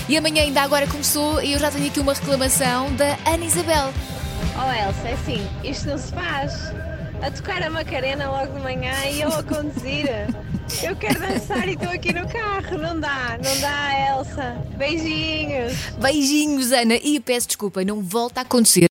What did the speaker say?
E amanhã ainda agora começou e eu já tenho aqui uma reclamação da Ana Isabel. Oh Elsa, é assim, isto não se faz. A tocar a Macarena logo de manhã e eu a conduzir. Eu quero dançar e estou aqui no carro. Não dá, não dá, Elsa. Beijinhos. Beijinhos, Ana, e peço desculpa, não volta a acontecer.